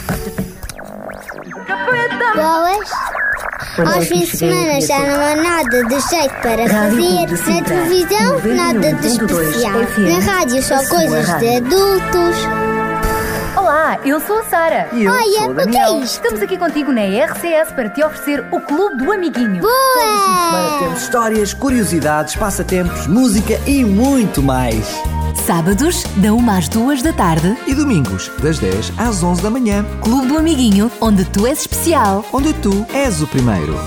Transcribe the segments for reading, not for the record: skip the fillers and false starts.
Boas. Aos fins de semana já não há nada de jeito para fazer. Na televisão, nada de especial. Na rádio, só coisas de adultos. Olá, eu sou a Sara. E eu sou o o que é Daniel. isto? Estamos aqui contigo na RCS para te oferecer o Clube do Amiguinho. Boa! Temos histórias, curiosidades, passatempos, música e muito mais. Sábados, da 1 às 2 da tarde, E domingos, das 10 às 11 da manhã, Clube do Amiguinho, onde tu és especial. onde tu és o primeiro.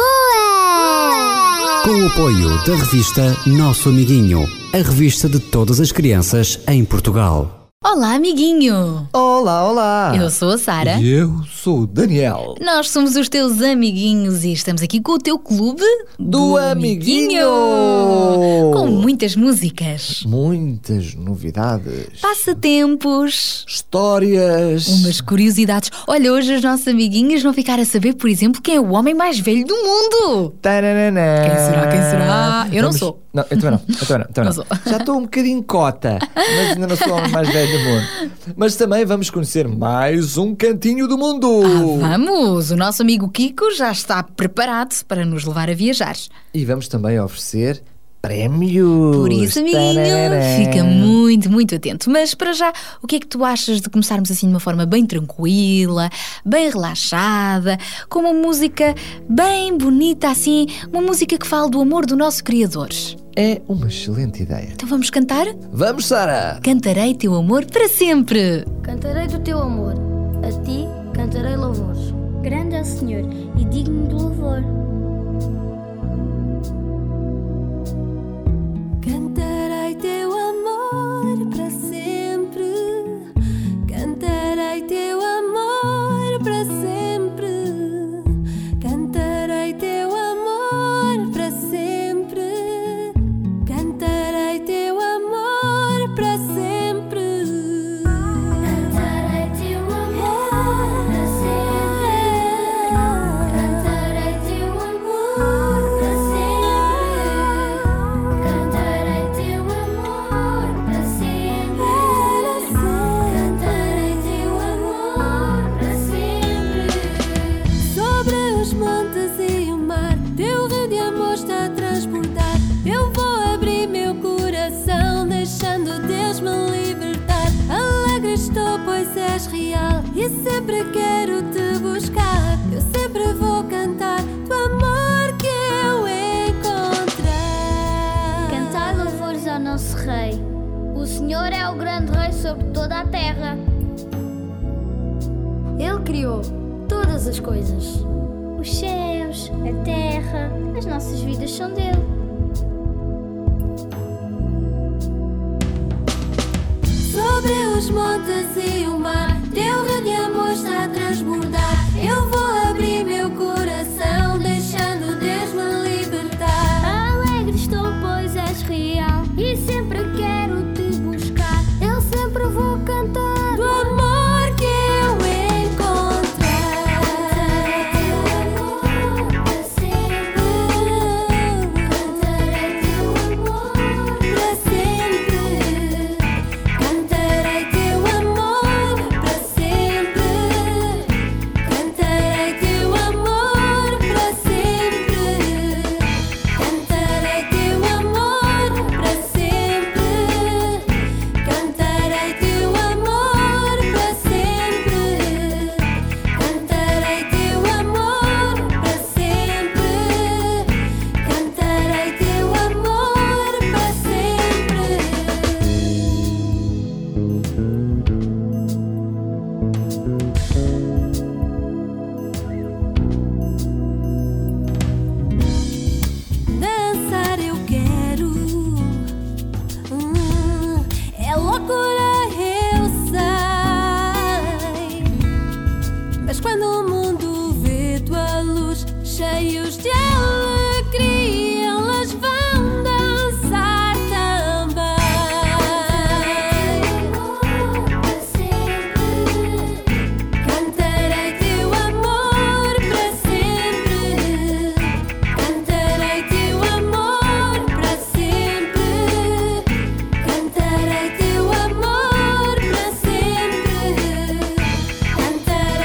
Boa! Com o apoio da revista Nosso Amiguinho, a revista de todas as crianças em Portugal. Olá, amiguinho! Olá, olá. Eu sou a Sara. E eu sou o Daniel. Nós somos os teus amiguinhos e estamos aqui com o teu clube Do Amiguinho! Com muitas músicas, Muitas novidades. passatempos, Histórias. umas curiosidades. Olha, hoje os nossos amiguinhos vão ficar a saber, por exemplo, quem é o homem mais velho do mundo. Taranana. Quem será? Quem será? Eu não sou. Não, eu também não. Não sou. Já estou um bocadinho cota, mas ainda não sou o homem mais velho do mundo. Mas também vamos conhecer mais um cantinho do mundo. Vamos! O nosso amigo Kiko já está preparado para nos levar a viajar. E vamos também oferecer prémios. Por isso, amiguinho, Tarará. fica muito, muito atento. Mas para já, o que é que tu achas de começarmos assim de uma forma bem tranquila, bem relaxada, com uma música bem bonita assim, uma música que fala do amor do nosso Criador? É uma excelente ideia. Então vamos cantar? Vamos, Sara! Cantarei teu amor para sempre. Cantarei do teu amor, a ti cantarei louvores. Grande é o Senhor e digno de louvor. Cantarei teu amor para sempre. Cantarei teu amor para sempre. Cantarei teu amor para sempre. Cantarei teu amor para sempre. Cantarei teu amor para sempre. Cantarei teu amor para sempre. Cantarei teu amor para sempre. Cantarei teu amor para sempre. Sobre os montes e o mar, teu rio de amor está a transbordar. Eu vou abrir meu coração, deixando Deus me libertar. Alegre estou, pois és real, e sempre quero te buscar. Eu sempre vou cantar do amor que eu encontrei. Cantai louvores ao nosso Rei. O Senhor é o grande Rei sobre toda a terra. Ele criou todas as coisas. Os céus, a terra, as nossas vidas são dele. Sobre os montes e o mar, teu rio de amor está a transbordar. Eu vou abrir meu coração, deixando Deus me libertar. Alegre estou, pois és real, e sempre quero te buscar. Eu sempre vou cantar do amor que eu encontrei. Para sempre, cantarei teu amor. Para sempre, cantarei teu amor. Para sempre, cantarei teu amor. Para sempre, cantarei teu amor. Para sempre, cantarei teu amor. Para sempre, cantarei teu amor. Para sempre, cantarei teu amor. Para dançar eu quero, é loucura eu sei, mas quando o mundo vê tua luz, cheios de alegria, elas vão dançar também. Para sempre, Cantarei teu amor para sempre. Cantarei teu amor para sempre. Cantarei teu amor para sempre. Cantarei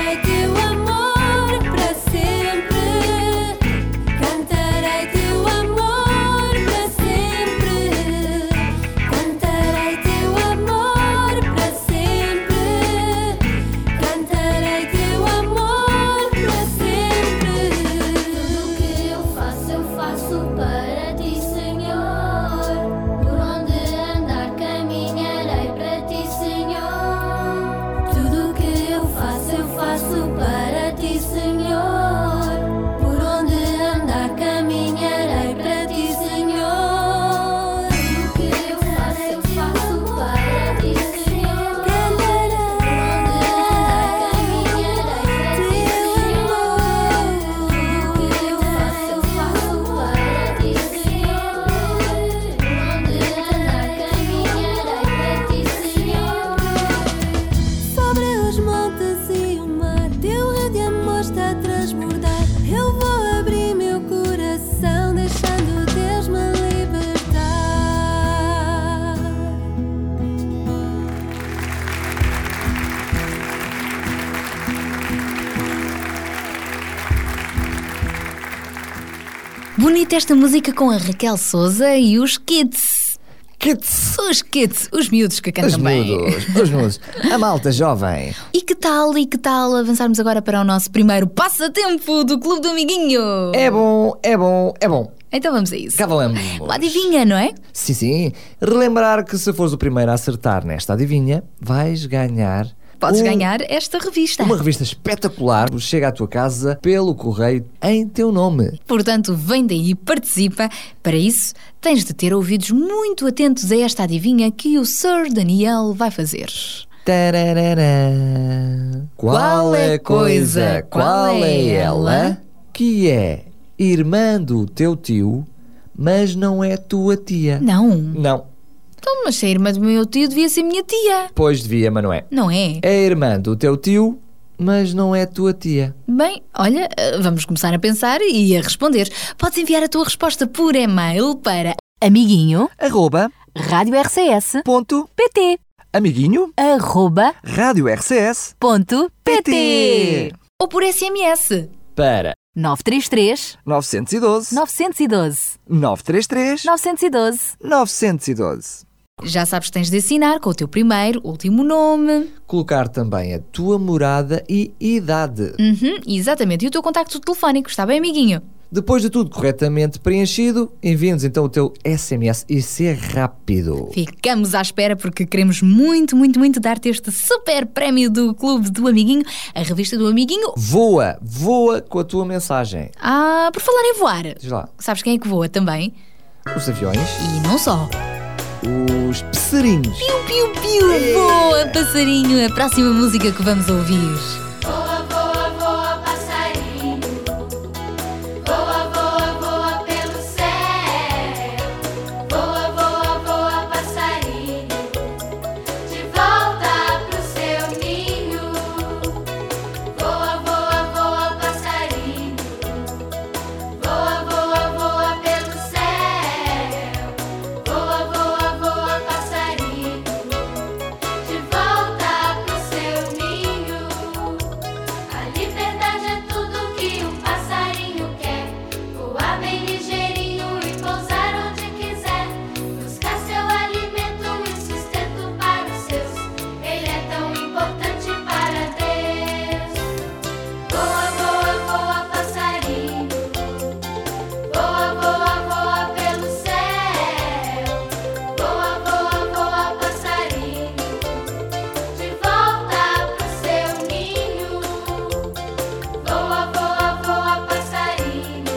Bonita esta música com a Raquel Souza e os Kids. Os Kids, os miúdos que cantam bem. Os miúdos. A malta jovem. E que tal avançarmos agora para o nosso primeiro passatempo do Clube do Amiguinho? É bom. Então vamos a isso. Cá vamos. Uma adivinha, não é? Sim. Relembrar que se fores o primeiro a acertar nesta adivinha, vais ganhar... Podes ganhar esta revista. Uma revista espetacular, chega à tua casa pelo correio em teu nome. Portanto, vem daí, participa. Para isso, tens de ter ouvidos muito atentos a esta adivinha que o Sr. Daniel vai fazer. Tararara. Qual é a coisa, qual é ela, que é irmã do teu tio, mas não é tua tia? Não. Então, mas se a irmã do meu tio devia ser minha tia. Pois devia, mas não é. Não é? É a irmã do teu tio, mas não é tua tia. Bem, olha, vamos começar a pensar e a responder. Podes enviar a tua resposta por e-mail para amiguinho@radiorcs.pt amiguinho@radiorcs.pt ou por SMS para 933 912 912 933 912. 912. Já sabes que tens de assinar com o teu primeiro, último nome. Colocar também a tua morada e idade. Exatamente, e o teu contacto telefónico, está bem, amiguinho? Depois de tudo corretamente preenchido, envia-nos então o teu SMS e ser rápido. Ficamos à espera porque queremos muito dar-te este super prémio do Clube do Amiguinho, a revista do Amiguinho. Voa com a tua mensagem. Por falar em voar, Diz lá. sabes quem é que voa também? Os aviões. E não só. Os passarinhos. Piu, voa, passarinho, a próxima música que vamos ouvir. Voa, voa, voa, passarinho. Voa, voa, voa pelo céu. Voa, voa, voa, passarinho. De volta pro seu ninho. Voa, voa, voa, passarinho. Voa, voa, voa pelo céu. Voa, voa, voa, passarinho. De volta pro seu ninho. A liberdade é tudo que um passarinho quer. Voar bem ligeirinho e pousar onde quiser. Buscar seu alimento e sustento para os seus. Ele é tão importante para Deus. Voa, voa, voa, passarinho. Voa, voa, voa pelo céu. Voa, voa, voa, passarinho. De volta pro seu ninho. Voa, voa, voa, passarinho.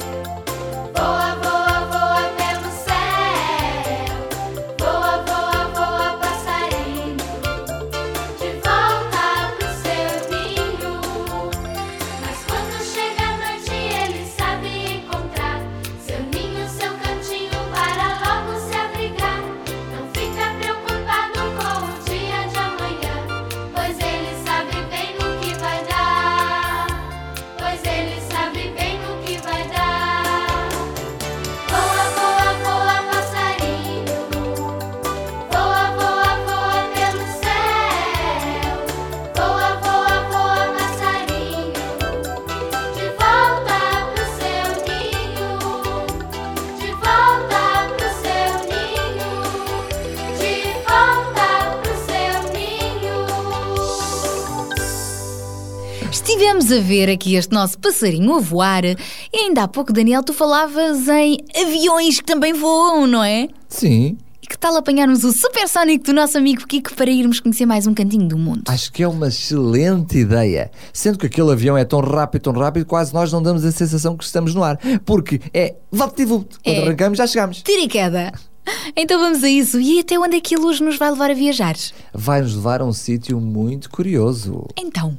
Voa, voa, voa pelo céu. Voa, voa, voa, passarinho. De volta pro seu ninho. Mas quando chega a noite ele sabe encontrar seu ninho, seu cantinho para logo se abrigar. Não fica preocupado com o dia de amanhã, pois ele sabe bem no que vai dar. Pois ele sabe bem no que vai dar. Voa, voa, voa, passarinho. Voa, voa, voa pelo céu. Voa, voa, voa, passarinho. De volta pro seu ninho. De volta pro seu ninho. De volta pro seu ninho. Estivemos a ver aqui este nosso passarinho a voar e ainda há pouco, Daniel, tu falavas em aviões que também voam, não é? Sim. E que tal apanharmos o supersónico do nosso amigo Kiko para irmos conhecer mais um cantinho do mundo? Acho que é uma excelente ideia. Sendo que aquele avião é tão rápido, quase nós não damos a sensação que estamos no ar. Porque é vapt-vupt. Quando arrancamos, já chegamos. Tira e queda. Então vamos a isso. E até onde é que a luz nos vai levar a viajar? Vai-nos levar a um sítio muito curioso. Então.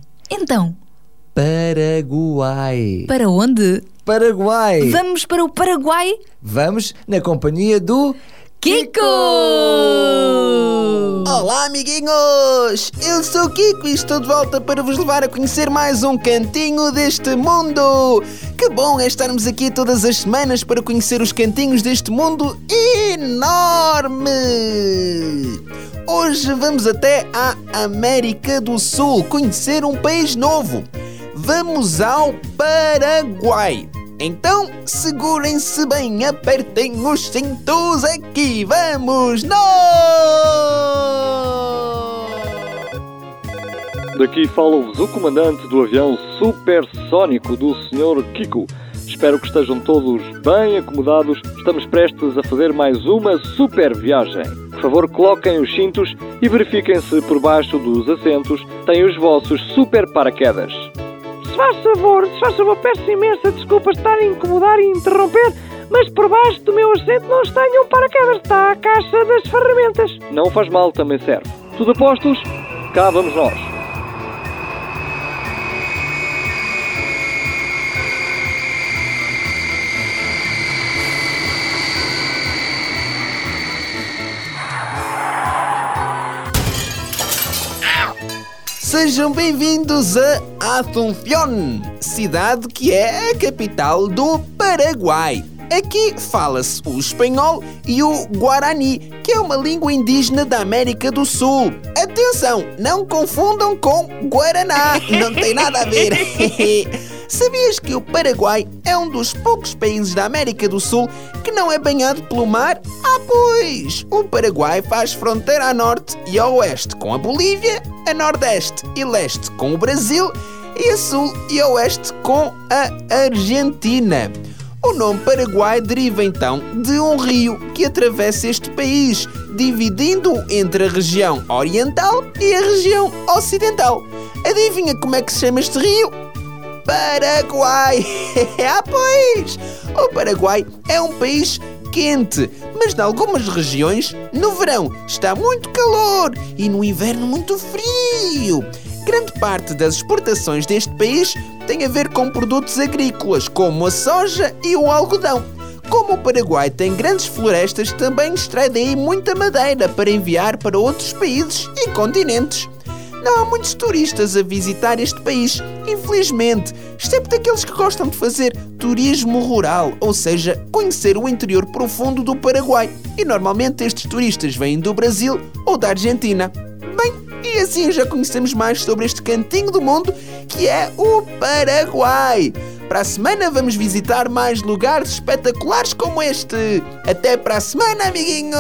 Paraguai. Para onde? Paraguai. Vamos para o Paraguai? Vamos na companhia do Kiko! Olá, amiguinhos! Eu sou o Kiko e estou de volta para vos levar a conhecer mais um cantinho deste mundo! Que bom é estarmos aqui todas as semanas para conhecer os cantinhos deste mundo enorme! Hoje vamos até à América do Sul conhecer um país novo. Vamos ao Paraguai. Então, segurem-se bem, apertem os cintos, aqui vamos nós! Daqui fala-vos o comandante do avião supersónico do Sr. Kiko. Espero que estejam todos bem acomodados. Estamos prestes a fazer mais uma super viagem. Por favor, coloquem os cintos e verifiquem se por baixo dos assentos têm os vossos super paraquedas. Se faz favor, peço imensa desculpa estar a incomodar e interromper, mas por baixo do meu assento não tenho um paraquedas, está a caixa das ferramentas. Não faz mal, também serve. Tudo a postos? Cá vamos nós. Sejam bem-vindos a Asunción, cidade que é a capital do Paraguai. Aqui fala-se o espanhol e o guarani, que é uma língua indígena da América do Sul. Atenção, não confundam com guaraná, não tem nada a ver. Sabias que o Paraguai é um dos poucos países da América do Sul que não é banhado pelo mar? Ah, pois! O Paraguai faz fronteira a norte e a oeste com a Bolívia, a nordeste e leste com o Brasil e a sul e a oeste com a Argentina. O nome Paraguai deriva então de um rio que atravessa este país, dividindo-o entre a região oriental e a região ocidental. Adivinha como é que se chama este rio? Paraguai! Ah, pois! O Paraguai é um país quente, mas em algumas regiões, no verão, está muito calor e no inverno muito frio. Grande parte das exportações deste país tem a ver com produtos agrícolas, como a soja e o algodão. Como o Paraguai tem grandes florestas, também extrai daí muita madeira para enviar para outros países e continentes. Não há muitos turistas a visitar este país, infelizmente, excepto aqueles que gostam de fazer turismo rural, ou seja, conhecer o interior profundo do Paraguai. E normalmente estes turistas vêm do Brasil ou da Argentina. Bem, e assim já conhecemos mais sobre este cantinho do mundo que é o Paraguai. Para a semana vamos visitar mais lugares espetaculares como este. Até para a semana, amiguinhos!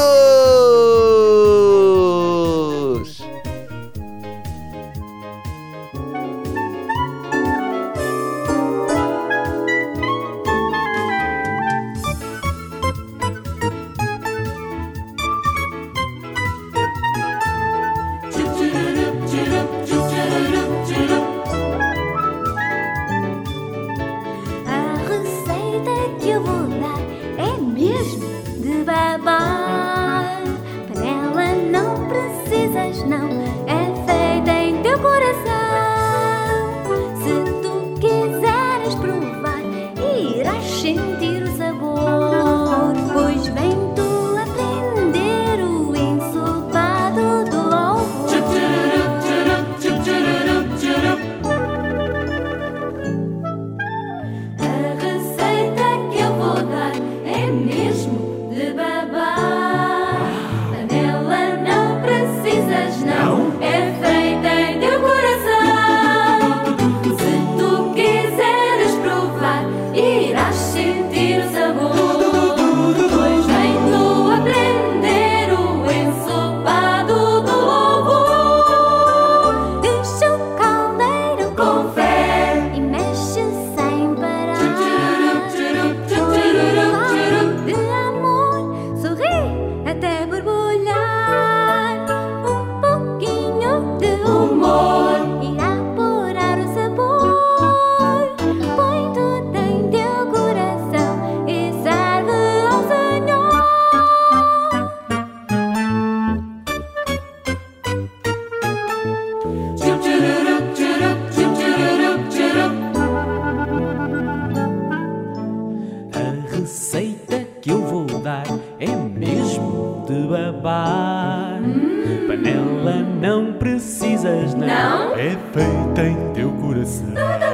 Panela não precisas, não. É feita em teu coração.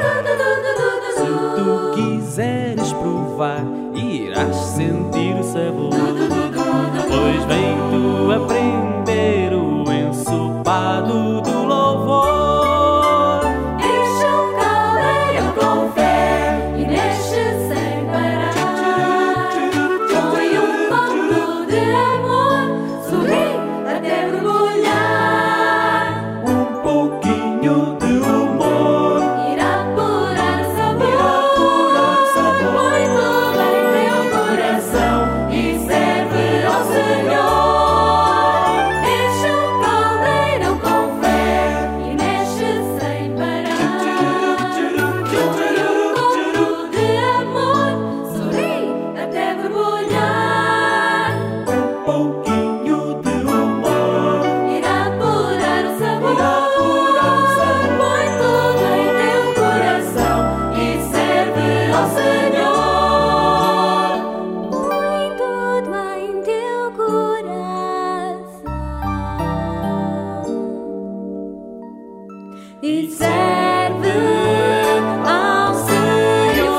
Se tu quiseres provar, irás sentir o sabor. Pois vem tu aprender o ensopado do louvor. Enche o caldeirão com fé e mexe sem e serve ao Senhor.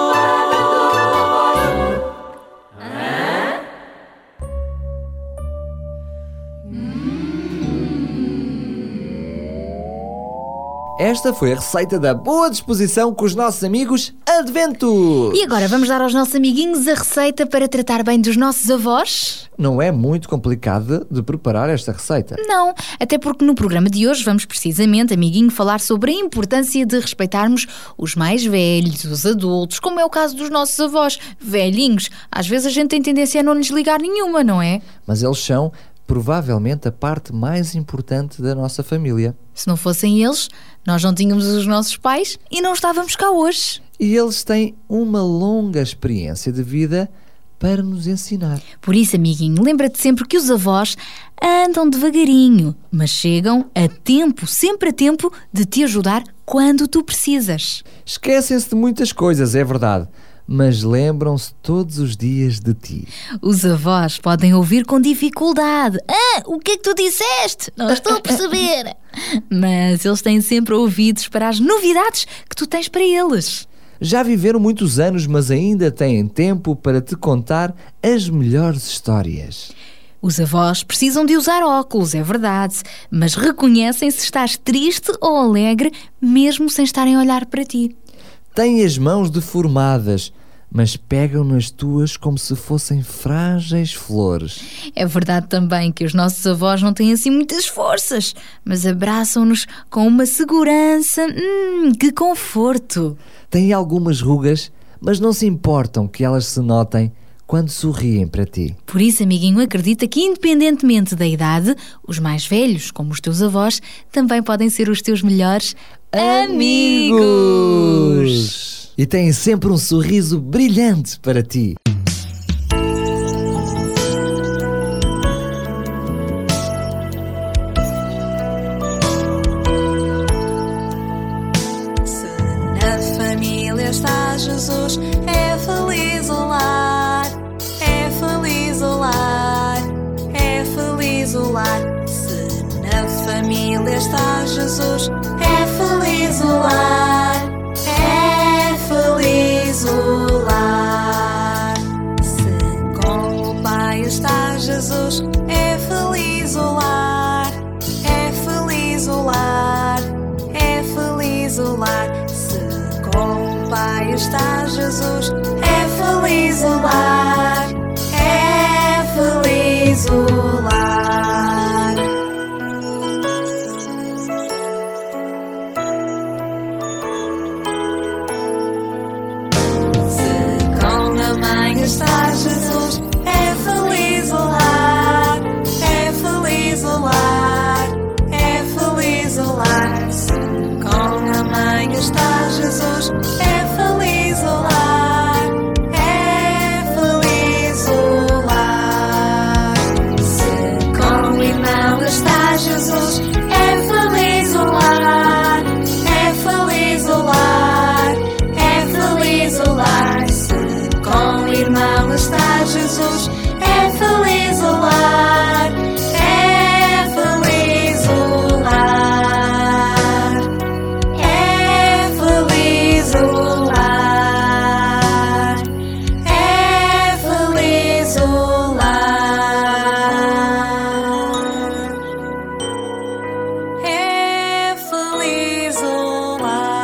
Esta foi a receita da boa disposição com os nossos amigos Adventos. E agora vamos dar aos nossos amiguinhos a receita para tratar bem dos nossos avós? Não é muito complicado de preparar esta receita. Não, até porque no programa de hoje vamos precisamente, amiguinho, falar sobre a importância de respeitarmos os mais velhos, os adultos, como é o caso dos nossos avós, velhinhos. Às vezes a gente tem tendência a não lhes ligar nenhuma, não é? Mas eles são provavelmente a parte mais importante da nossa família. Se não fossem eles, nós não tínhamos os nossos pais e não estávamos cá hoje. E eles têm uma longa experiência de vida para nos ensinar. Por isso, amiguinho, lembra-te sempre que os avós andam devagarinho, mas chegam a tempo, sempre a tempo, de te ajudar quando tu precisas. Esquecem-se de muitas coisas, é verdade, mas lembram-se todos os dias de ti. Os avós podem ouvir com dificuldade. O que é que tu disseste? Não estou a perceber. Mas eles têm sempre ouvidos para as novidades que tu tens para eles. Já viveram muitos anos, mas ainda têm tempo para te contar as melhores histórias. Os avós precisam de usar óculos, é verdade, mas reconhecem se estás triste ou alegre, mesmo sem estarem a olhar para ti. Têm as mãos deformadas, mas pegam nas tuas como se fossem frágeis flores. É verdade também que os nossos avós não têm assim muitas forças, mas abraçam-nos com uma segurança. Que conforto! Têm algumas rugas, mas não se importam que elas se notem quando sorriem para ti. Por isso, amiguinho, acredita que independentemente da idade, os mais velhos, como os teus avós, também podem ser os teus melhores amigos! E têm sempre um sorriso brilhante para ti. Se na família está Jesus, é feliz o lar, é feliz o lar, é feliz o lar. Se na família está Jesus, é feliz o lar, é feliz o lar. Se com o Pai está Jesus, é feliz o lar, é feliz o lar, é feliz o lar. Se com o Pai está Jesus, é feliz o lar, é feliz o lar. Está Jesus, é feliz o lar, é feliz o lar, é feliz o lar. Se com a mãe está Jesus, é feliz o lar, é feliz o lar. Se com o irmão está Jesus, é feliz o lar, é feliz o lar, é feliz o lar. Com o irmão está Jesus, é feliz o lar, é feliz o lar, é feliz o lar, é feliz o lar, é feliz o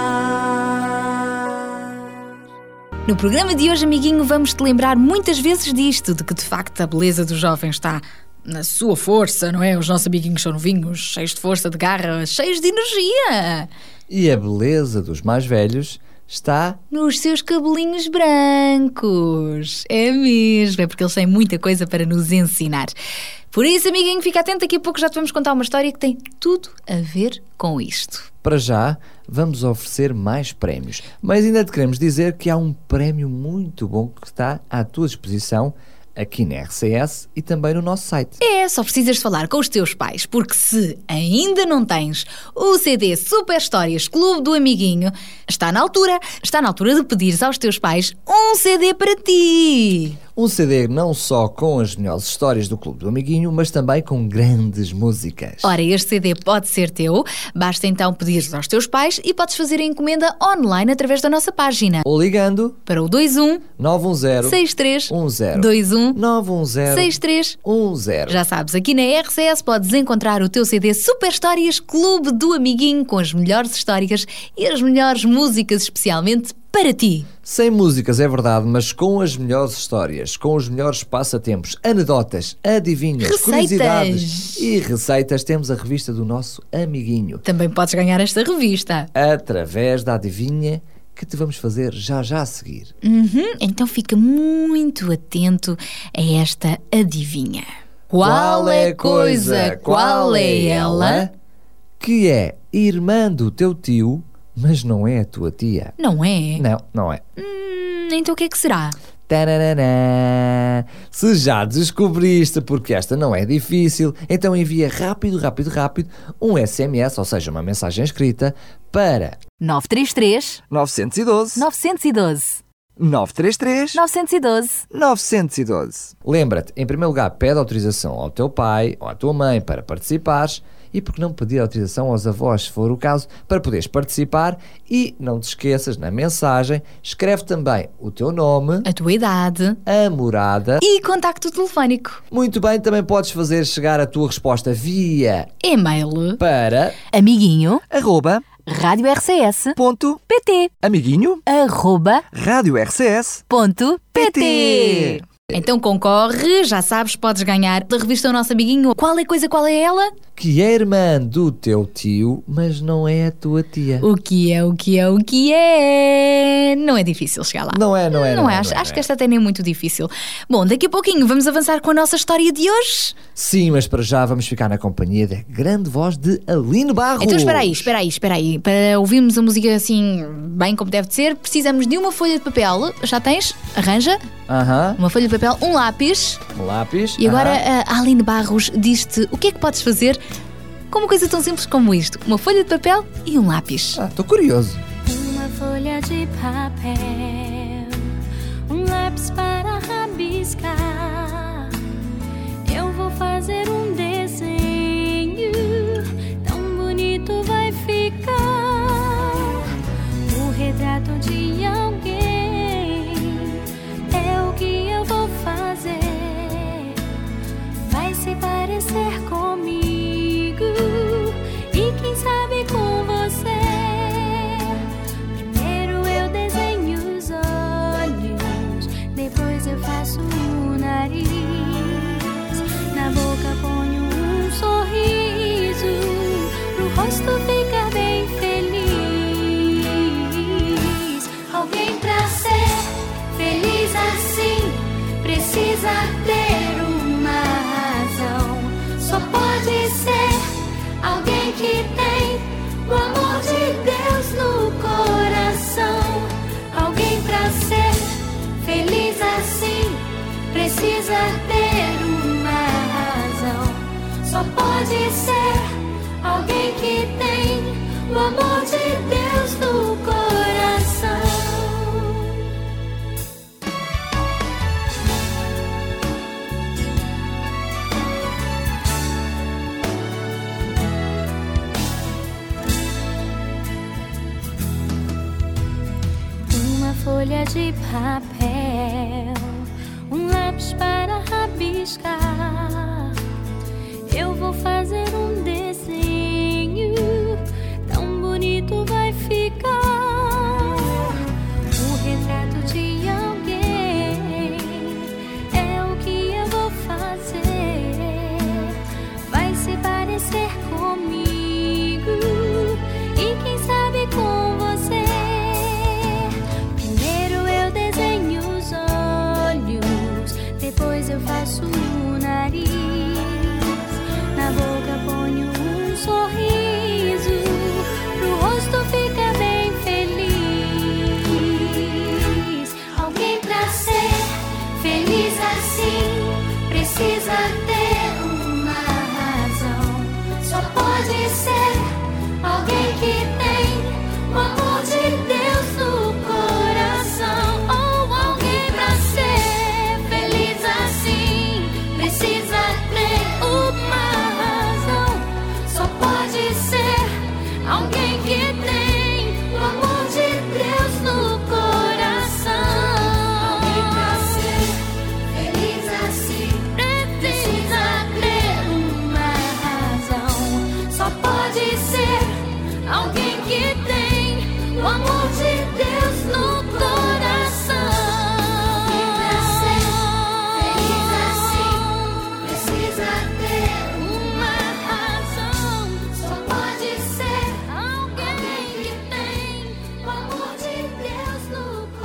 lar. No programa de hoje, amiguinho, vamos-te lembrar muitas vezes disto, de que de facto a beleza do jovem está na sua força, não é? Os nossos amiguinhos são novinhos, cheios de força, de garra, cheios de energia. E a beleza dos mais velhos está nos seus cabelinhos brancos. É mesmo, é porque eles têm muita coisa para nos ensinar. Por isso, amiguinho, fica atento, daqui a pouco já te vamos contar uma história que tem tudo a ver com isto. Para já, vamos oferecer mais prémios. Mas ainda te queremos dizer que há um prémio muito bom que está à tua disposição aqui na RCS e também no nosso site. É, só precisas de falar com os teus pais, porque se ainda não tens o CD Super Histórias Clube do Amiguinho, está na altura de pedires aos teus pais um CD para ti. Um CD não só com as melhores histórias do Clube do Amiguinho, mas também com grandes músicas. Ora, este CD pode ser teu. Basta então pedir aos teus pais e podes fazer a encomenda online através da nossa página. Ou ligando para o 21 910 6310 10 21 910 6310. Já sabes, aqui na RCS podes encontrar o teu CD Super Histórias Clube do Amiguinho, com as melhores histórias e as melhores músicas especialmente para ti. Sem músicas, é verdade, mas com as melhores histórias, com os melhores passatempos, anedotas, adivinhas, curiosidades e receitas, temos a revista do nosso amiguinho. Também podes ganhar esta revista através da adivinha que te vamos fazer já a seguir. Então fica muito atento a esta adivinha. Qual é a coisa, qual é ela, que é irmã do teu tio, mas não é a tua tia? Não é? Não é. Então o que é que será? Tarará. Se já descobriste, porque esta não é difícil, então envia rápido um SMS, ou seja, uma mensagem escrita, para 933 912 912 933 912 912. Lembra-te, em primeiro lugar, pede autorização ao teu pai ou à tua mãe para participares, e por que não pedir autorização aos avós, se for o caso, para poderes participar. E não te esqueças, na mensagem, escreve também o teu nome, a tua idade, a morada e contacto telefónico. Muito bem, também podes fazer chegar a tua resposta via e-mail para amiguinho@radiorcs.pt. amiguinho@radiorcs.pt. Então concorre, já sabes, podes ganhar da revista O Nosso Amiguinho. Qual é a coisa, qual é ela? Que é irmã do teu tio, mas não é a tua tia. O que é? Não é difícil chegar lá. Não é. Acho que esta até nem é muito difícil. Bom, daqui a pouquinho vamos avançar com a nossa história de hoje. Sim, mas para já vamos ficar na companhia da grande voz de Aline Barros. Então espera aí. Para ouvirmos a música assim, bem como deve de ser, precisamos de uma folha de papel. Já tens? Arranja? Uma folha de papel, um lápis. E agora a Aline Barros diz-te o que é que podes fazer com uma coisa tão simples como isto: uma folha de papel e um lápis. Estou curioso. Uma folha de papel, um lápis para rabiscar. Eu vou fazer um desenho, tão bonito vai ficar. O retrato de alguém é o que eu vou fazer. Vai se parecer comigo e quem sabe com você. Primeiro eu desenho os olhos, depois eu faço o nariz. Na boca ponho um sorriso, pro rosto ficar bem feliz. Alguém pra ser feliz assim precisa ter uma razão. Só pode ser alguém que tem o amor de Deus no coração. Alguém pra ser feliz assim precisa ter uma razão. Só pode ser alguém que tem o amor de Deus no coração. Folha de papel, um lápis para rabiscar. Eu vou fazer um desenho, tão bonito vai ficar. O retrato de alguém é o que eu vou fazer. Vai se parecer comigo e quem sabe com você. Depois eu faço o nariz. Na boca ponho um sorriso, pro rosto fica bem feliz. Alguém pra ser feliz assim precisa ter uma razão. Só pode ser alguém que tem o amor de Deus no coração. Ou alguém pra ser feliz o amor de Deus no coração. Feliz assim, precisa ter uma razão. Só pode ser alguém que tem o amor de Deus no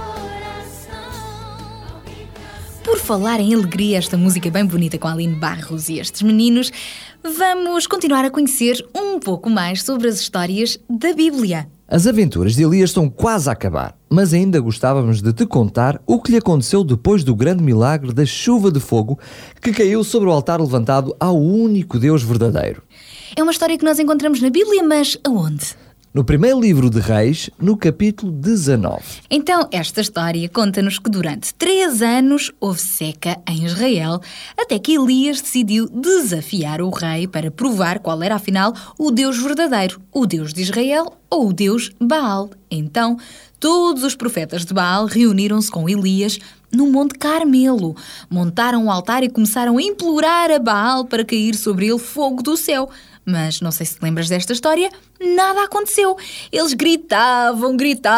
coração. Por falar em alegria, esta música bem bonita com a Aline Barros e estes meninos, vamos continuar a conhecer um pouco mais sobre as histórias da Bíblia. As aventuras de Elias estão quase a acabar, mas ainda gostávamos de te contar o que lhe aconteceu depois do grande milagre da chuva de fogo que caiu sobre o altar levantado ao único Deus verdadeiro. É uma história que nós encontramos na Bíblia, mas aonde? No primeiro livro de Reis, no capítulo 19. Então, esta história conta-nos que durante 3 anos houve seca em Israel, até que Elias decidiu desafiar o rei para provar qual era, afinal, o Deus verdadeiro, o Deus de Israel ou o Deus Baal. Então, todos os profetas de Baal reuniram-se com Elias no Monte Carmelo, montaram um altar e começaram a implorar a Baal para cair sobre ele fogo do céu. Mas, não sei se te lembras desta história, nada aconteceu. Eles gritavam,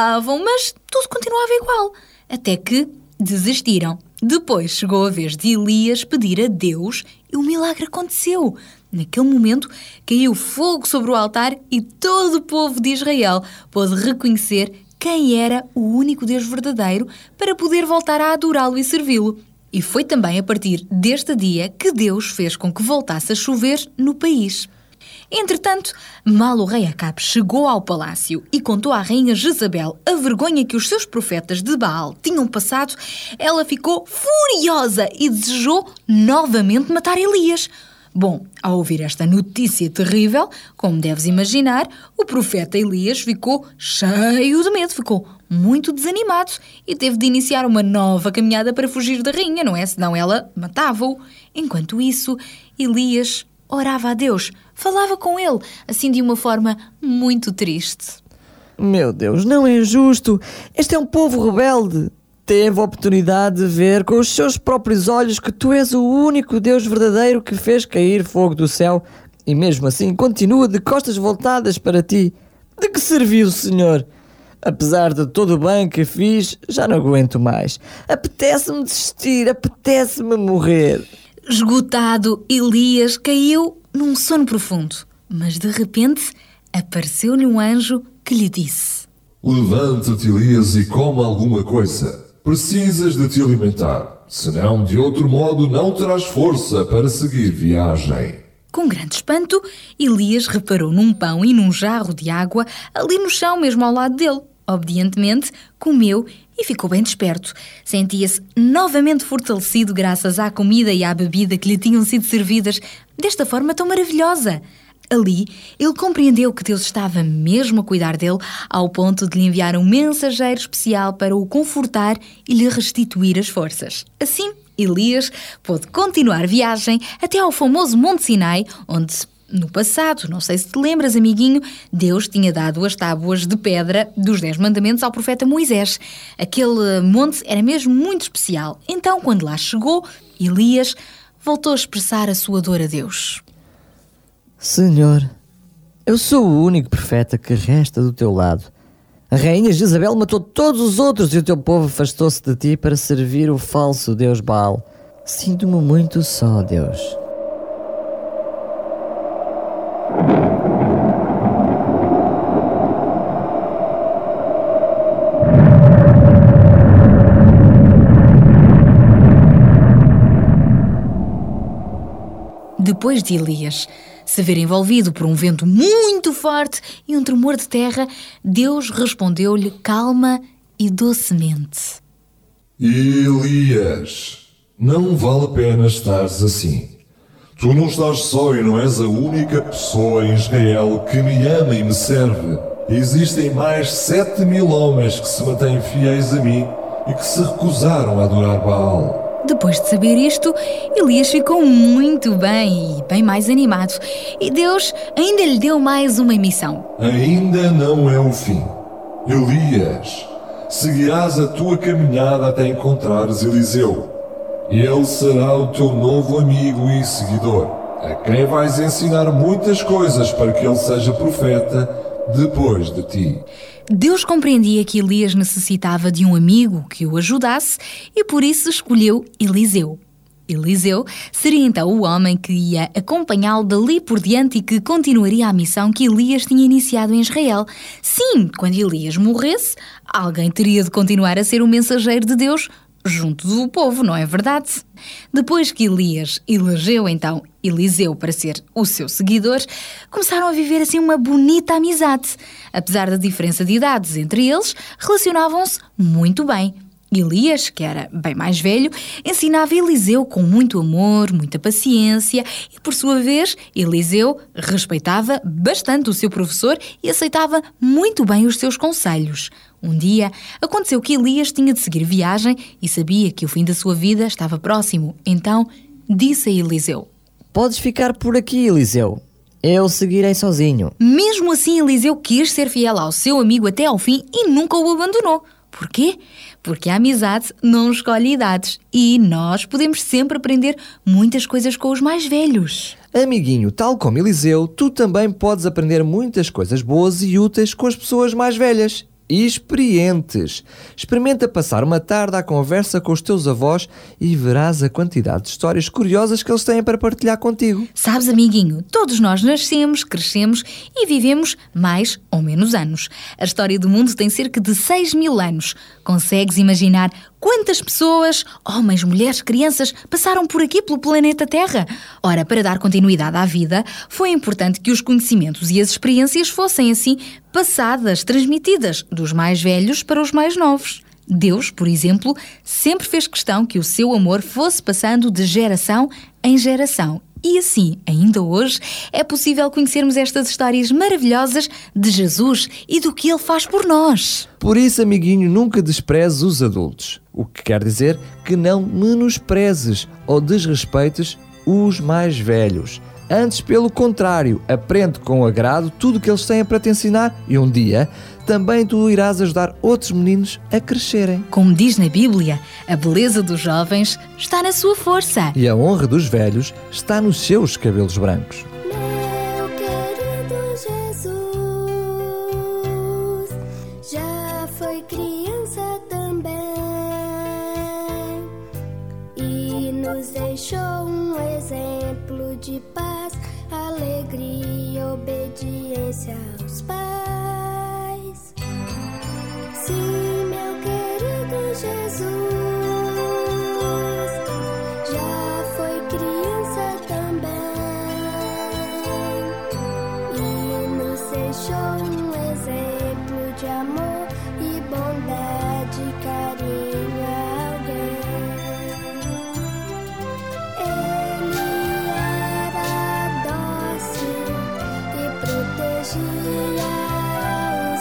mas tudo continuava igual. Até que desistiram. Depois chegou a vez de Elias pedir a Deus e o milagre aconteceu. Naquele momento, caiu fogo sobre o altar e todo o povo de Israel pôde reconhecer quem era o único Deus verdadeiro para poder voltar a adorá-lo e servi-lo. E foi também a partir deste dia que Deus fez com que voltasse a chover no país. Entretanto, mal o rei Acabe chegou ao palácio e contou à rainha Jezabel a vergonha que os seus profetas de Baal tinham passado, ela ficou furiosa e desejou novamente matar Elias. Bom, ao ouvir esta notícia terrível, como deves imaginar, o profeta Elias ficou cheio de medo, ficou muito desanimado e teve de iniciar uma nova caminhada para fugir da rainha, não é? Senão ela matava-o. Enquanto isso, Elias orava a Deus, falava com ele, assim de uma forma muito triste. Meu Deus, não é justo. Este é um povo rebelde. Teve a oportunidade de ver com os seus próprios olhos que tu és o único Deus verdadeiro que fez cair fogo do céu e mesmo assim continua de costas voltadas para ti. De que serviu, Senhor? Apesar de todo o bem que fiz, já não aguento mais. Apetece-me desistir, apetece-me morrer. Esgotado, Elias caiu num sono profundo, mas de repente apareceu-lhe um anjo que lhe disse: Levanta-te, Elias, e come alguma coisa. Precisas de te alimentar, senão de outro modo não terás força para seguir viagem. Com grande espanto, Elias reparou num pão e num jarro de água ali no chão, mesmo ao lado dele. Obedientemente, comeu e ficou bem desperto. Sentia-se novamente fortalecido graças à comida e à bebida que lhe tinham sido servidas desta forma tão maravilhosa. Ali, ele compreendeu que Deus estava mesmo a cuidar dele, ao ponto de lhe enviar um mensageiro especial para o confortar e lhe restituir as forças. Assim, Elias pôde continuar viagem até ao famoso Monte Sinai, onde, no passado, não sei se te lembras, amiguinho, Deus tinha dado as tábuas de pedra dos 10 mandamentos ao profeta Moisés. Aquele monte era mesmo muito especial. Então, quando lá chegou, Elias voltou a expressar a sua dor a Deus. Senhor, eu sou o único profeta que resta do teu lado. A rainha Jezabel matou todos os outros e o teu povo afastou-se de ti para servir o falso Deus Baal. Sinto-me muito só, Deus. Depois de Elias se ver envolvido por um vento muito forte e um tremor de terra, Deus respondeu-lhe calma e docemente: Elias, não vale a pena estares assim. Tu não estás só e não és a única pessoa em Israel que me ama e me serve. Existem mais 7.000 homens que se mantêm fiéis a mim e que se recusaram a adorar Baal. Depois de saber isto, Elias ficou muito bem e bem mais animado. E Deus ainda lhe deu mais uma missão. Ainda não é o fim. Elias, seguirás a tua caminhada até encontrares Eliseu. Ele será o teu novo amigo e seguidor, a quem vais ensinar muitas coisas para que ele seja profeta depois de ti. Deus compreendia que Elias necessitava de um amigo que o ajudasse e por isso escolheu Eliseu. Eliseu seria então o homem que ia acompanhá-lo dali por diante e que continuaria a missão que Elias tinha iniciado em Israel. Sim, quando Elias morresse, alguém teria de continuar a ser o mensageiro de Deus junto do povo, não é verdade? Depois que Elias elegeu então Eliseu para ser o seu seguidor, começaram a viver assim uma bonita amizade. Apesar da diferença de idades entre eles, relacionavam-se muito bem. Elias, que era bem mais velho, ensinava Eliseu com muito amor, muita paciência e, por sua vez, Eliseu respeitava bastante o seu professor e aceitava muito bem os seus conselhos. Um dia, aconteceu que Elias tinha de seguir viagem e sabia que o fim da sua vida estava próximo. Então, disse a Eliseu: Podes ficar por aqui, Eliseu. Eu seguirei sozinho. Mesmo assim, Eliseu quis ser fiel ao seu amigo até ao fim e nunca o abandonou. Porquê? Porque a amizade não escolhe idades e nós podemos sempre aprender muitas coisas com os mais velhos. Amiguinho, tal como Eliseu, tu também podes aprender muitas coisas boas e úteis com as pessoas mais velhas e experientes. Experimenta passar uma tarde à conversa com os teus avós e verás a quantidade de histórias curiosas que eles têm para partilhar contigo. Sabes, amiguinho, todos nós nascemos, crescemos e vivemos mais ou menos anos. A história do mundo tem cerca de 6.000 anos. Consegues imaginar quantas pessoas, homens, mulheres, crianças, passaram por aqui pelo planeta Terra? Ora, para dar continuidade à vida, foi importante que os conhecimentos e as experiências fossem assim passadas, transmitidas dos mais velhos para os mais novos. Deus, por exemplo, sempre fez questão que o seu amor fosse passando de geração em geração. E assim, ainda hoje, é possível conhecermos estas histórias maravilhosas de Jesus e do que Ele faz por nós. Por isso, amiguinho, nunca desprezes os adultos. O que quer dizer que não menosprezes ou desrespeites os mais velhos. Antes, pelo contrário, aprende com agrado tudo o que eles têm para te ensinar e um dia também tu irás ajudar outros meninos a crescerem. Como diz na Bíblia, a beleza dos jovens está na sua força. E a honra dos velhos está nos seus cabelos brancos. Meu querido Jesus, já foi criança também e nos deixou um exemplo de paz, alegria e obediência aos pais. Sim, meu querido Jesus, já foi criança também e nos deixou um exemplo de amor e bondade, carinho a alguém. Ele era dócil e protegia os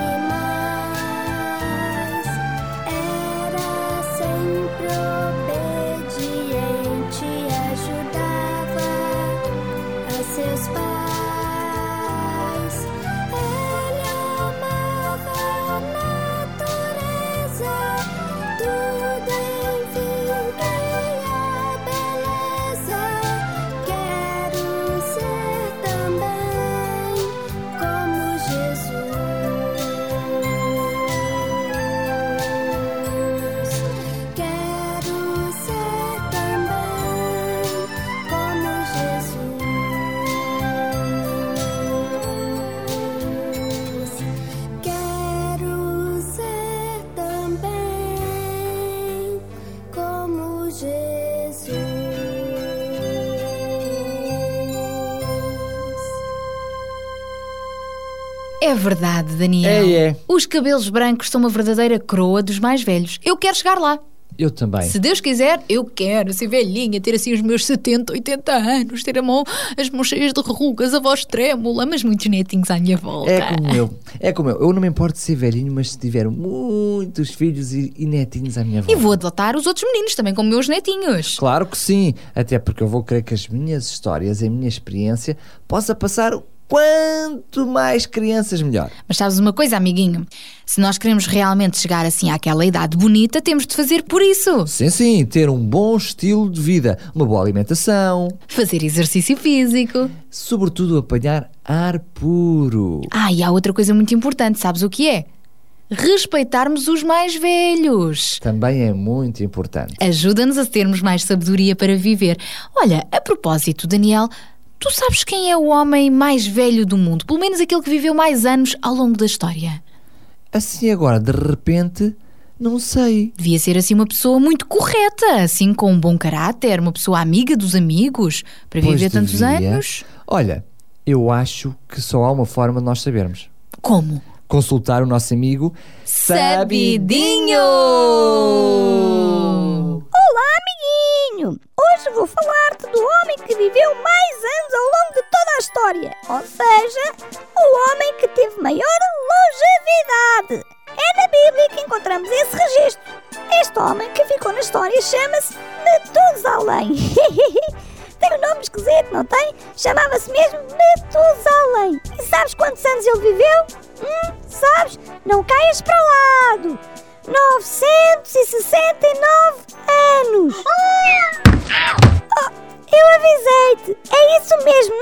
animais, era sempre obediente e ajudava a seus pais. Ele amava a natureza, tudo enfim tinha beleza. Quero ser também como Jesus. Quero ser também como Jesus. Quero ser também como Jesus. É verdade, Daniel. É. Os cabelos brancos são uma verdadeira coroa dos mais velhos. Eu quero chegar lá. Eu também. Se Deus quiser, eu quero ser velhinha, ter assim os meus 70, 80 anos, ter as mãos cheias de rugas, a voz trêmula, mas muitos netinhos à minha volta. É como eu. Eu não me importo de ser velhinho, mas se tiver muitos filhos e netinhos à minha volta. E vou adotar os outros meninos também como meus netinhos. Claro que sim, até porque eu vou querer que as minhas histórias, a minha experiência, possa passar Quanto mais crianças, melhor. Mas sabes uma coisa, amiguinho? Se nós queremos realmente chegar assim àquela idade bonita, temos de fazer por isso. Sim, ter um bom estilo de vida, uma boa alimentação, fazer exercício físico, sobretudo apanhar ar puro. E há outra coisa muito importante, sabes o que é? Respeitarmos os mais velhos. Também é muito importante. Ajuda-nos a termos mais sabedoria para viver. Olha, a propósito, Daniel, tu sabes quem é o homem mais velho do mundo? Pelo menos aquele que viveu mais anos ao longo da história. Assim agora, de repente, não sei. Devia ser assim uma pessoa muito correta, assim com um bom caráter, uma pessoa amiga dos amigos, para viver tantos anos. Olha, eu acho que só há uma forma de nós sabermos. Como? Consultar o nosso amigo Sabidinho! Olá, amiguinho! Hoje vou falar-te do homem que viveu mais anos ao longo de toda a história. Ou seja, o homem que teve maior longevidade. É na Bíblia que encontramos esse registro. Este homem que ficou na história chama-se Metusalém. Tem um nome esquisito, não tem? Chamava-se mesmo Metusalém. E sabes quantos anos ele viveu? Sabes? Não caias para o lado. 969 anos. Eu avisei-te. É isso mesmo,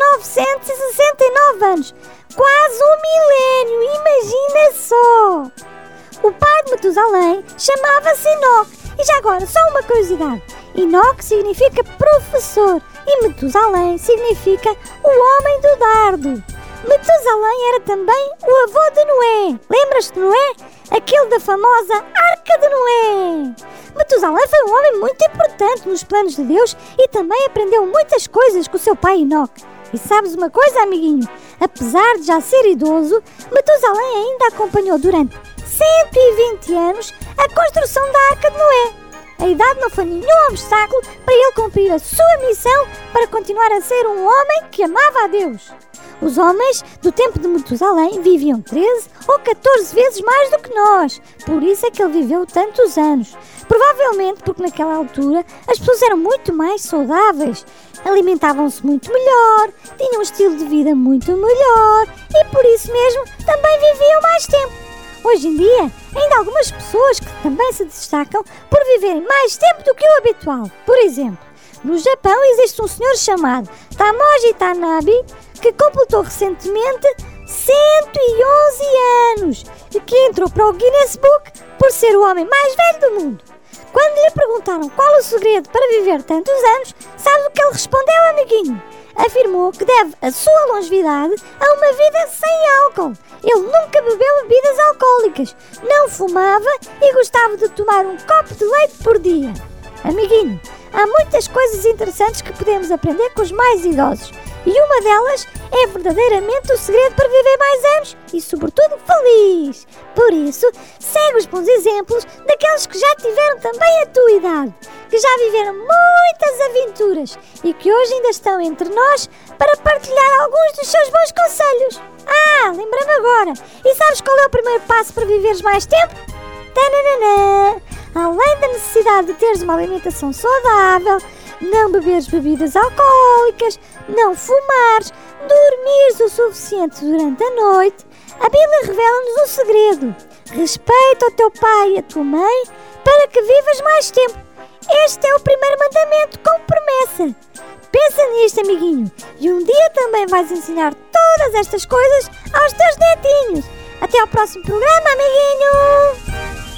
969 anos. Quase um milénio, imagina só. O pai de Metusalém chamava-se Enoque. E já agora, só uma curiosidade. Enoque significa professor e Metusalém significa o homem do dardo. Metusalém era também o avô de Noé. Lembras-te de Noé? Aquele da famosa Arca de Noé. Metusalém foi um homem muito importante nos planos de Deus e também aprendeu muitas coisas com o seu pai Enoque. E sabes uma coisa, amiguinho? Apesar de já ser idoso, Metusalém ainda acompanhou durante 120 anos a construção da Arca de Noé. A idade não foi nenhum obstáculo para ele cumprir a sua missão para continuar a ser um homem que amava a Deus. Os homens do tempo de Metusalém viviam 13 ou 14 vezes mais do que nós. Por isso é que ele viveu tantos anos. Provavelmente porque naquela altura as pessoas eram muito mais saudáveis, alimentavam-se muito melhor, tinham um estilo de vida muito melhor e por isso mesmo também viviam mais tempo. Hoje em dia, ainda há algumas pessoas que também se destacam por viverem mais tempo do que o habitual. Por exemplo, no Japão existe um senhor chamado Tamoji Tanabe que completou recentemente 111 anos e que entrou para o Guinness Book por ser o homem mais velho do mundo. Quando lhe perguntaram qual o segredo para viver tantos anos, sabe o que ele respondeu, amiguinho? Afirmou que deve a sua longevidade a uma vida sem álcool. Ele nunca bebeu bebidas alcoólicas, não fumava e gostava de tomar um copo de leite por dia. Amiguinho, há muitas coisas interessantes que podemos aprender com os mais idosos. E uma delas é verdadeiramente o segredo para viver mais anos e, sobretudo, feliz. Por isso, segue os bons exemplos daqueles que já tiveram também a tua idade, que já viveram muitas aventuras e que hoje ainda estão entre nós para partilhar alguns dos seus bons conselhos. Lembra-me agora. E sabes qual é o primeiro passo para viveres mais tempo? Tananana! Além da necessidade de teres uma alimentação saudável, não beberes bebidas alcoólicas, não fumares, dormires o suficiente durante a noite, a Bíblia revela-nos um segredo. Respeita o teu pai e a tua mãe para que vivas mais tempo. Este é o primeiro mandamento com promessa. Pensa nisto, amiguinho, e um dia também vais ensinar todas estas coisas aos teus netinhos. Até ao próximo programa, amiguinho!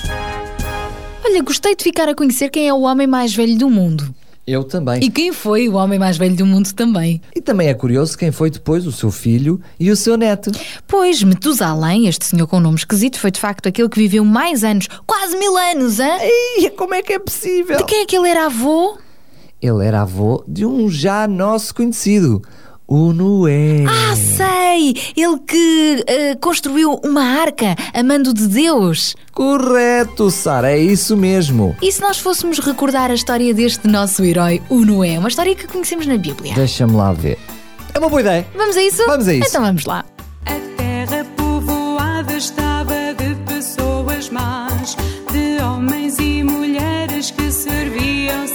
Olha, gostei de ficar a conhecer quem é o homem mais velho do mundo. Eu também. E quem foi o homem mais velho do mundo também. E também é curioso quem foi depois o seu filho e o seu neto. Pois, Metusalém, este senhor com um nome esquisito, foi de facto aquele que viveu mais anos, quase 1000 anos, hein? Ei, como é que é possível? De quem é que ele era avô? Ele era avô de um já nosso conhecido, o Noé. Sei! Ele que construiu uma arca a mando de Deus. Correto, Sara, é isso mesmo. E se nós fôssemos recordar a história deste nosso herói, o Noé, uma história que conhecemos na Bíblia? Deixa-me lá ver. É uma boa ideia. Vamos a isso? Vamos a isso. Então vamos lá. A terra povoada estava de pessoas más, de homens e mulheres que serviam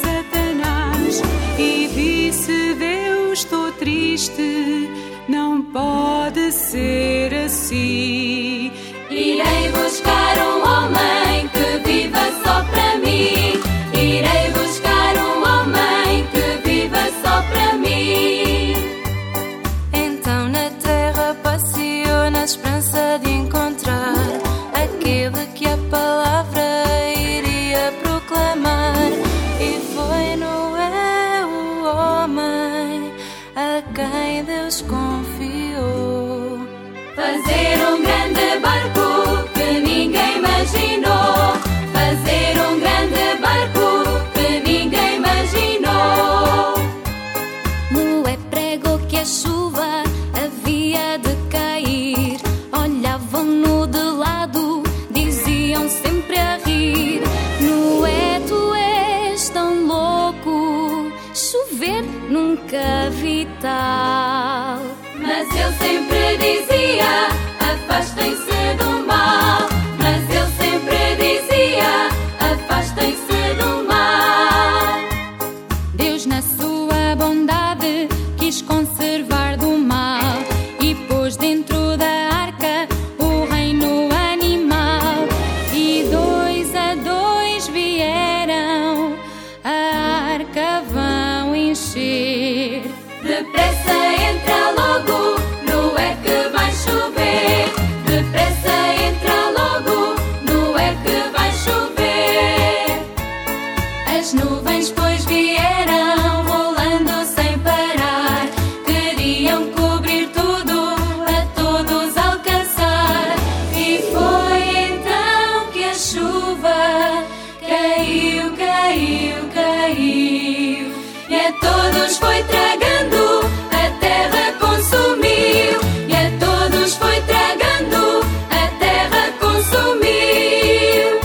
Satanás. E disse Deus, estou triste, não posso afastem-se do mal. Mas ele sempre dizia: afastem-se do mal. Deus, na sua bondade, quis conservar do mal e pôs dentro da arca o reino animal. E 2 a 2 vieram, a arca vão encher. Depressa entra logo, não é que vai chover. Depressa entra logo, não é que vai chover. As nuvens pois vieram, rolando sem parar, queriam cobrir tudo, a todos alcançar. E foi então que a chuva caiu, caiu, caiu, e a todos foi tragando, a terra consumiu. E a todos foi tragando, a terra consumiu.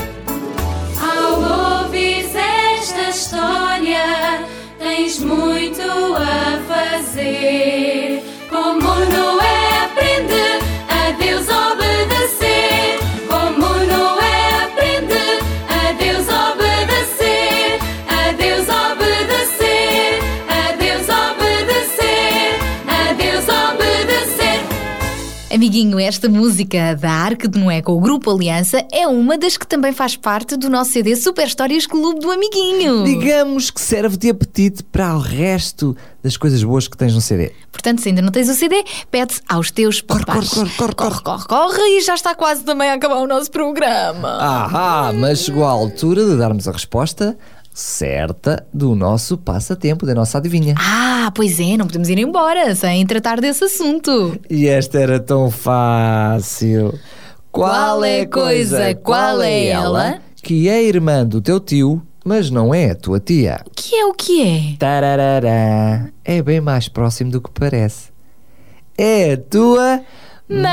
Ao ouvires esta história, tens muito a fazer. Como Noé aprende a Deus obedecer. Como Noé aprende a Deus obedecer. A Deus obedecer. A Deus obedecer. A Deus obedecer. Amiguinho, esta música da Arca de Noé com o Grupo Aliança é uma das que também faz parte do nosso CD Super Histórias Clube do Amiguinho. Digamos que serve de apetite para o resto das coisas boas que tens no CD. Portanto, se ainda não tens o CD, pede aos teus papás. Corre, e já está quase também a acabar o nosso programa. Mas chegou a altura de darmos a resposta certa do nosso passatempo, da nossa adivinha. Pois é, não podemos ir embora sem tratar desse assunto. E esta era tão fácil. Qual é a coisa, qual é ela, que é irmã do teu tio, mas não é a tua tia? O que é? Tararará. É bem mais próximo do que parece. É a tua mãe!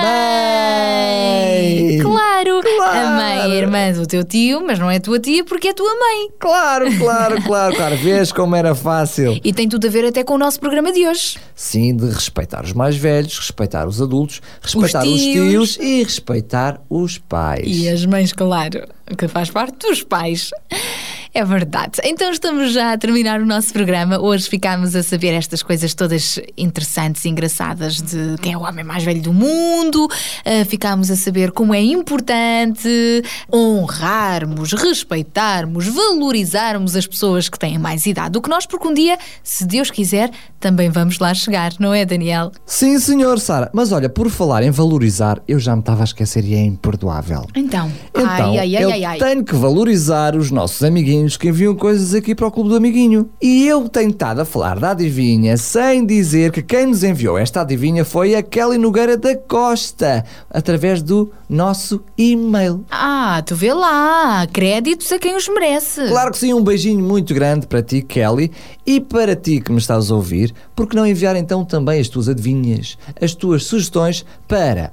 Claro! A mãe é irmã do teu tio, mas não é a tua tia porque é tua mãe. Claro. Vês como era fácil. E tem tudo a ver até com o nosso programa de hoje. Sim, de respeitar os mais velhos, respeitar os adultos, respeitar os tios e respeitar os pais. E as mães, claro, que faz parte dos pais. É verdade. Então estamos já a terminar o nosso programa. Hoje ficámos a saber estas coisas todas interessantes e engraçadas de quem é o homem mais velho do mundo. Ficámos a saber como é importante honrarmos, respeitarmos, valorizarmos as pessoas que têm mais idade do que nós, porque um dia, se Deus quiser, também vamos lá chegar, não é, Daniel? Sim, senhor, Sara. Mas olha, por falar em valorizar, eu já me estava a esquecer e é imperdoável. Então, eu tenho que valorizar os nossos amiguinhos que enviam coisas aqui para o Clube do Amiguinho. E eu tenho estado a falar da adivinha sem dizer que quem nos enviou esta adivinha foi a Kelly Nogueira da Costa, através do nosso e-mail. Tu vê lá, créditos a quem os merece. Claro que sim, um beijinho muito grande para ti, Kelly, e para ti que me estás a ouvir, porque não enviar então também as tuas adivinhas, as tuas sugestões para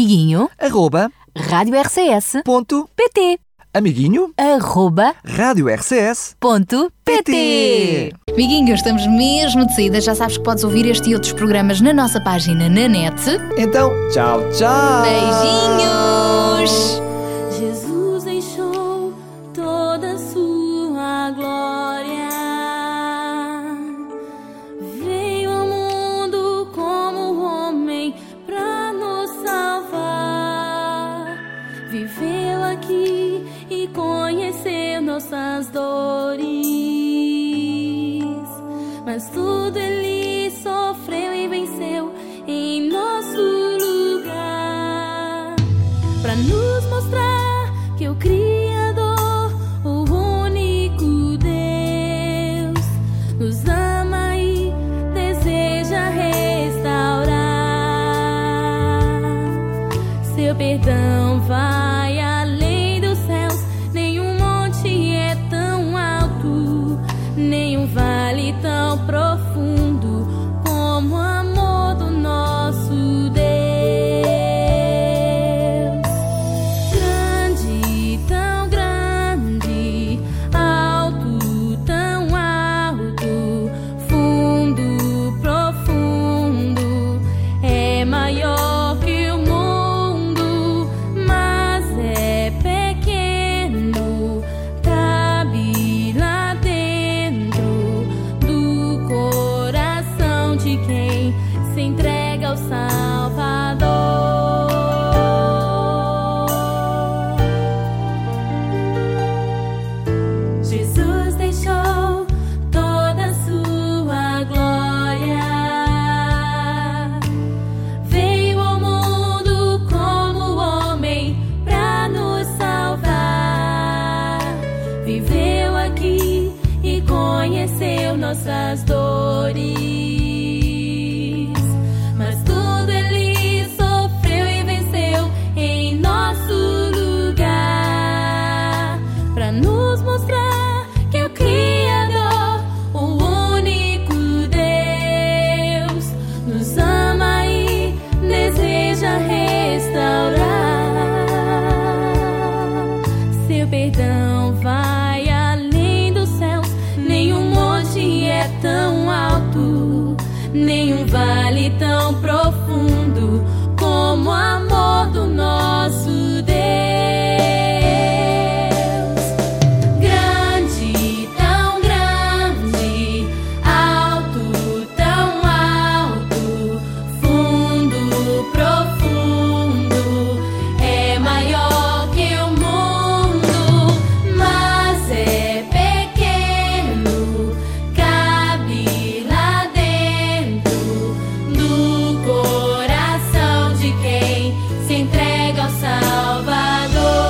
amiguinho@radiorcs.pt amiguinho@radiorcs.pt. Amiguinho, estamos mesmo de saída. Já sabes que podes ouvir este e outros programas na nossa página na net. Então, tchau. Beijinhos. Jesus deixou toda a sua glória, veio ao mundo como homem pra nos salvar, viveu aqui e conheceu nossas dores, mas tudo ele sofreu e venceu em nosso lugar, pra nos mostrar que o Criador, o único Deus, nos ama e deseja restaurar. Seu perdão vai além dos céus, nenhum monte é tão alto, nenhum vale tão profundo como o amor do nosso Deus. Grande, tão grande, alto, tão alto, fundo, profundo, é maior que o mundo, viveu aqui e conheceu nossas dores. Mas tudo ele sofreu e venceu em nosso lugar, pra nos mostrar que o Criador, o único Deus, nos ama e deseja restaurar. Seu perdão vai além dos céus, nenhum monte é tão alto, nenhum vale tão profundo como o amor do nosso Deus. Grande, tão grande, alto, tão alto, fundo, profundo, é maior que o mundo, mas é pequeno, cabe lá dentro do coração de quem se entrega ao Salvador.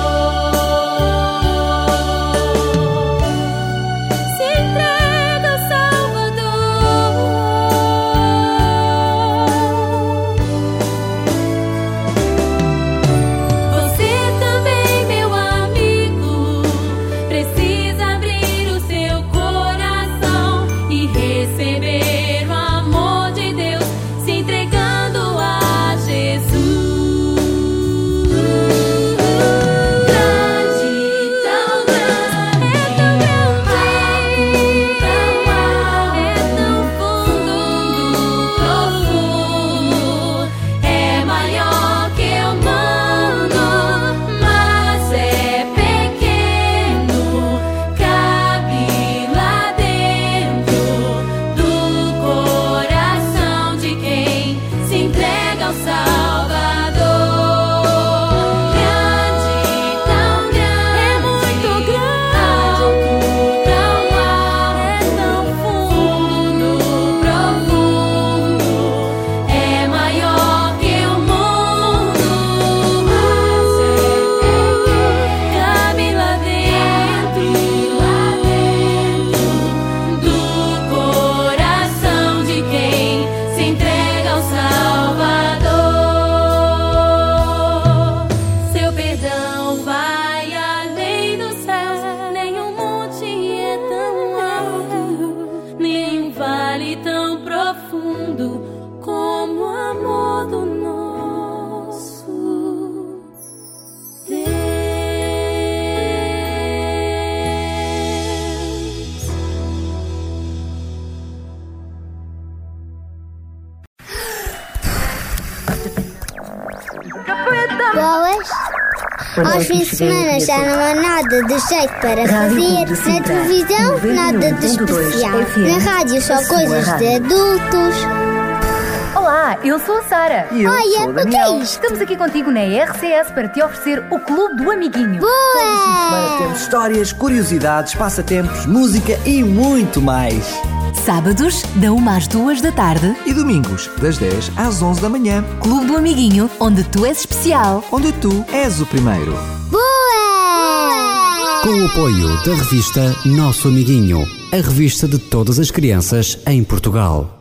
Se entrega ao Salvador. Você também, meu amigo, precisa abrir o seu coração e receber o amor de Deus, se entregando a Jesus. Grande, tão grande, é tão alto, é tão fundo, profundo, é maior que o mundo, mas é pequeno, cabe lá dentro do coração de quem se entrega ao Salvador. Grande, tão grande, é muito grande, tão alto, é tão fundo, profundo, é maior que o mundo, mas é pequeno, cabe lá dentro do coração de quem se entrega ao Salvador. Seu perdão vai além dos céus, nenhum monte é tão alto, nenhum vale tão profundo como o amor do nosso Deus. Boas. Aos fins de semana já não há nada de jeito para fazer. Na televisão, nada de especial. Na rádio, só coisas de adultos. Olá, eu sou a Sara. E eu sou o o que Daniel. é isto? Estamos aqui contigo na RCS para te oferecer o Clube do Amiguinho. Boa! Temos histórias, curiosidades, passatempos, música e muito mais. Sábados, da 1 às 2 da tarde. E domingos, das 10 às 11 da manhã. Clube do Amiguinho, onde tu és especial. Onde tu és o primeiro. Boa! Com o apoio da revista Nosso Amiguinho, a revista de todas as crianças em Portugal.